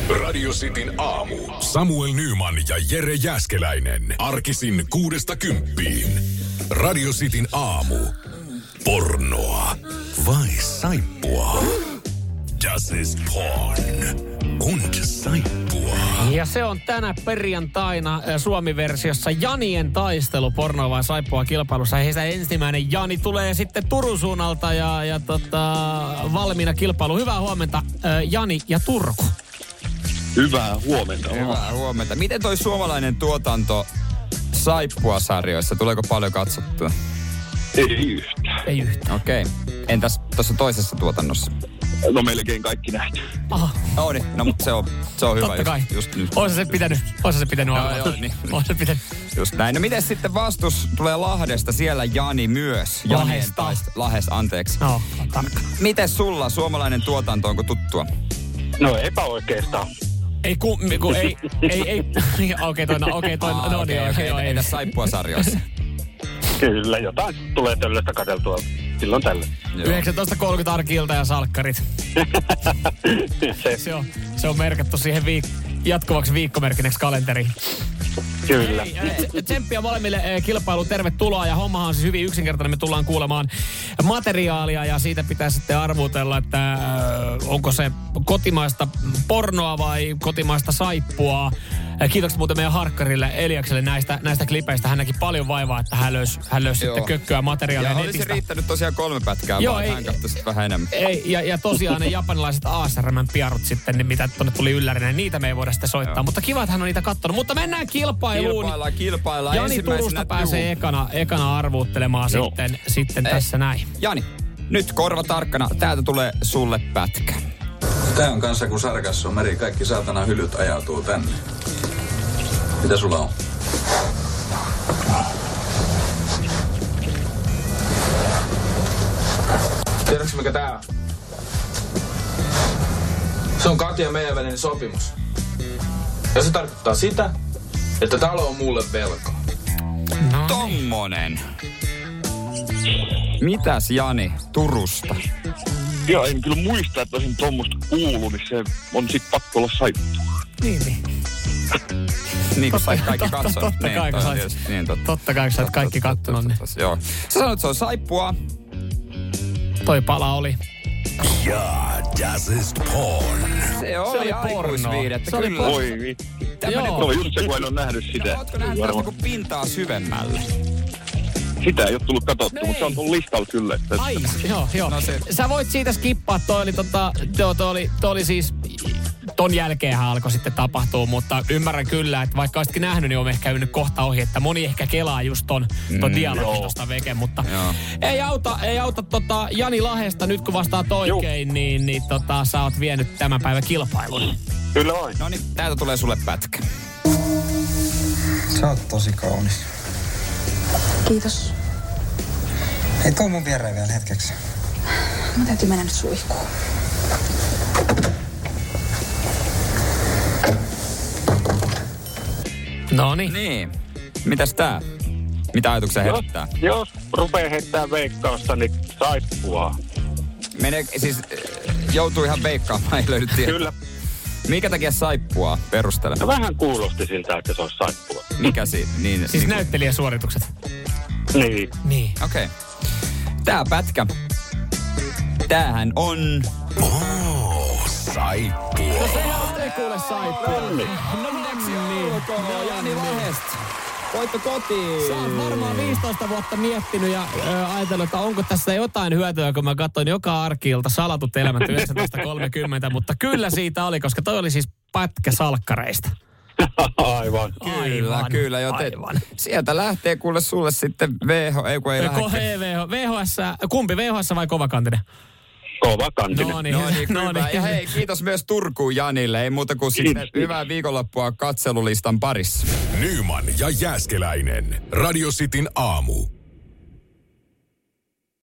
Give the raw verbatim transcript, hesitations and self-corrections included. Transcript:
Radio Cityn aamu. Samuel Nyman ja Jere Jääskeläinen. Arkisin kuudesta kymppiin. Radio Cityn aamu. Pornoa vai saippua? Das ist porn. Und saippua. Ja se on tänä perjantaina Suomi-versiossa Janien taistelu pornoa vai saippua kilpailussa. Heistä ensimmäinen Jani tulee sitten Turun suunnalta ja, ja tota, valmiina kilpailu. Hyvää huomenta Jani ja Turku. Hyvää huomenta. Hyvää huomenta. Miten toi suomalainen tuotanto saippua-sarjoissa, tuleeko paljon katsottua? Ei yhtään. Ei yhtään. Okei. Okay. Entäs tuossa toisessa tuotannossa? No melkein kaikki nähty. Aha. Oh niin, no mutta se on, se on hyvä Totta just, kai. just nyt. Oisa se pitänyt, oisa se pitänyt Joo, olla. joo, niin. Oisa se pitänyt. Just näin. No miten sitten vastus tulee Lahdesta? Siellä Jani myös. Lahdesta. Taist- Lahdesta, anteeksi. No, tarkka. Miten sulla suomalainen tuotanto, onko tuttua? No epäoikeastaan. Ei ku, ku ei, ei, ei. Okei, toi, no, okei, toi, Aa, no niin, okei, okei, joo, ei. Entäs saippua-sarjoissa? Kyllä, jotain tulee töllöstä katseltua silloin tällä. yhdeksäntoista kolmekymmentä arki-ilta ja salkkarit. Se, Se on, se on merkattu siihen viik- jatkuvaksi viikkomerkineksi kalenteriin. kyllä. Hei, äh, tsemppiä molemmille äh, kilpailuun, tervetuloa. Ja hommahan on siis hyvin yksinkertainen. Me tullaan kuulemaan materiaalia ja siitä pitää sitten arvutella, että äh, onko se kotimaista pornoa vai kotimaista saippua. Äh, kiitokset muuten meidän harkkarille Eliakselle näistä, näistä klipeistä. Hän näki paljon vaivaa, että hän löysi, hän löysi sitten kökköä materiaalia ja netistä. olisi riittänyt tosiaan kolme pätkää, Joo, vaan ei, hän katsoi sitten vähän enemmän. Ei, ja, ja tosiaan ne japanilaiset A S R M-piarut sitten, niin mitä tuonne tuli yllärinä, niitä me ei voida sitten soittaa. Joo. Mutta kiva, että hän on niitä kattonut. Mutta mennään kilpailuun. Kilpaillaan, kilpaillaan. Jani Turusta pääsee ekana, ekana arvuuttelemaan sitten, sitten tässä näin. Jani, nyt korva tarkkana. Täältä tulee sulle pätkä. Tää on kanssa kun Sargassa on meri, kaikki saatana hylyt ajautuu tänne. Mitä sulla on? Tiedätkö mikä tää on? Se on Katja ja meidän välinen sopimus. Ja se tarkoittaa sitä, että talo on mulle velkaa. No. Tommonen. Mitäs Jani Turusta? Joo, en kyllä muista, että olisin tommoista kuullut, niin se on sit pakko olla saippua. Niin, niin. Niin kuin sait kaikki totta, katsonut. totta Niin, kai, kun toi on sait- tietysti- niin, totta. Totta kai, kun sä oot kaikki Totta, kattonut, totta, niin totta, Joo. Sä sanoit, että se on saippua. toi pala oli. Ja, das ist porn. Se oli, oli aikuisviidettä, pornoa. Se oli kyllä. pornoa. Oi vittu. Tämmönen Joo. Se on just se, kun en ole nähnyt sitä. No, ootko nähnyt tästä kuin pintaa syvemmälle? Sitä ei ole tullut katsottu, No mutta se on ei. tullut listalla kyllä. Että Ai, joo, joo. No se- Sä voit siitä skippaa, toi oli, tota, toi, toi oli, toi oli siis, ton jälkeenhän alkoi sitten tapahtua, mutta ymmärrän kyllä, että vaikka olisikin nähnyt, niin on ehkä käynyt kohta ohi, että moni ehkä kelaa just ton, ton Mm, dialogin joo. tosta veke, mutta Joo. ei auta, ei auta tota Jani Lahdesta, nyt kun vastaat oikein, niin, niin tota, sä oot vienyt tämän päivän kilpailun. Kyllä vain. No niin, täältä tulee sulle pätkä. Sä oot tosi kaunis. Kiitos. Hei, tuu mun viereen vielä hetkeksi. Mä täytyy mennä nyt suihkuun. No niin. Niin. Mitäs tää? Mitä ajatuksia Jos, herättää? jos rupee heittää veikkausta, niin saippua. Menee, siis äh, joutuu ihan veikkaamaan, ei löydy tietoa. Kyllä. Mikä takia saippua? Perustele. No vähän kuulosti siltä, että se olisi saippua. Mikä siinä? Niin, Siis niin, näyttelijäsuoritukset. Niin. Niin. Okei. Okay. Tää pätkä. Tämähän on... Oh, saippua. No sehän on te kuule saippua. No onneksi olkoon, Jani Lahdesta. Voitto kotiin. Sä oot varmaan viisitoista vuotta miettinyt ja ö, ajatellut, että onko tässä jotain hyötyä, kun mä katsoin joka arki-ilta Salatut elämät yhdeksäntoista kolmekymmentä, mutta kyllä siitä oli, koska toi oli siis pätkä salkkareista. Aivan. Kyllä, Aivan, kyllä. Joten aivan. sieltä lähtee kuule sulle sitten V H, ei kun ei Ko- lähde. V H S, kumpi V H S vai kovakantinen? Kova kantinen. No niin, No niin, kyllä. Ja hei, kiitos myös Turkuun Janille. Ei muuta kuin sitten hyvää viikonloppua katselulistan parissa. Nyman ja Jääskeläinen. Radio Cityn aamu.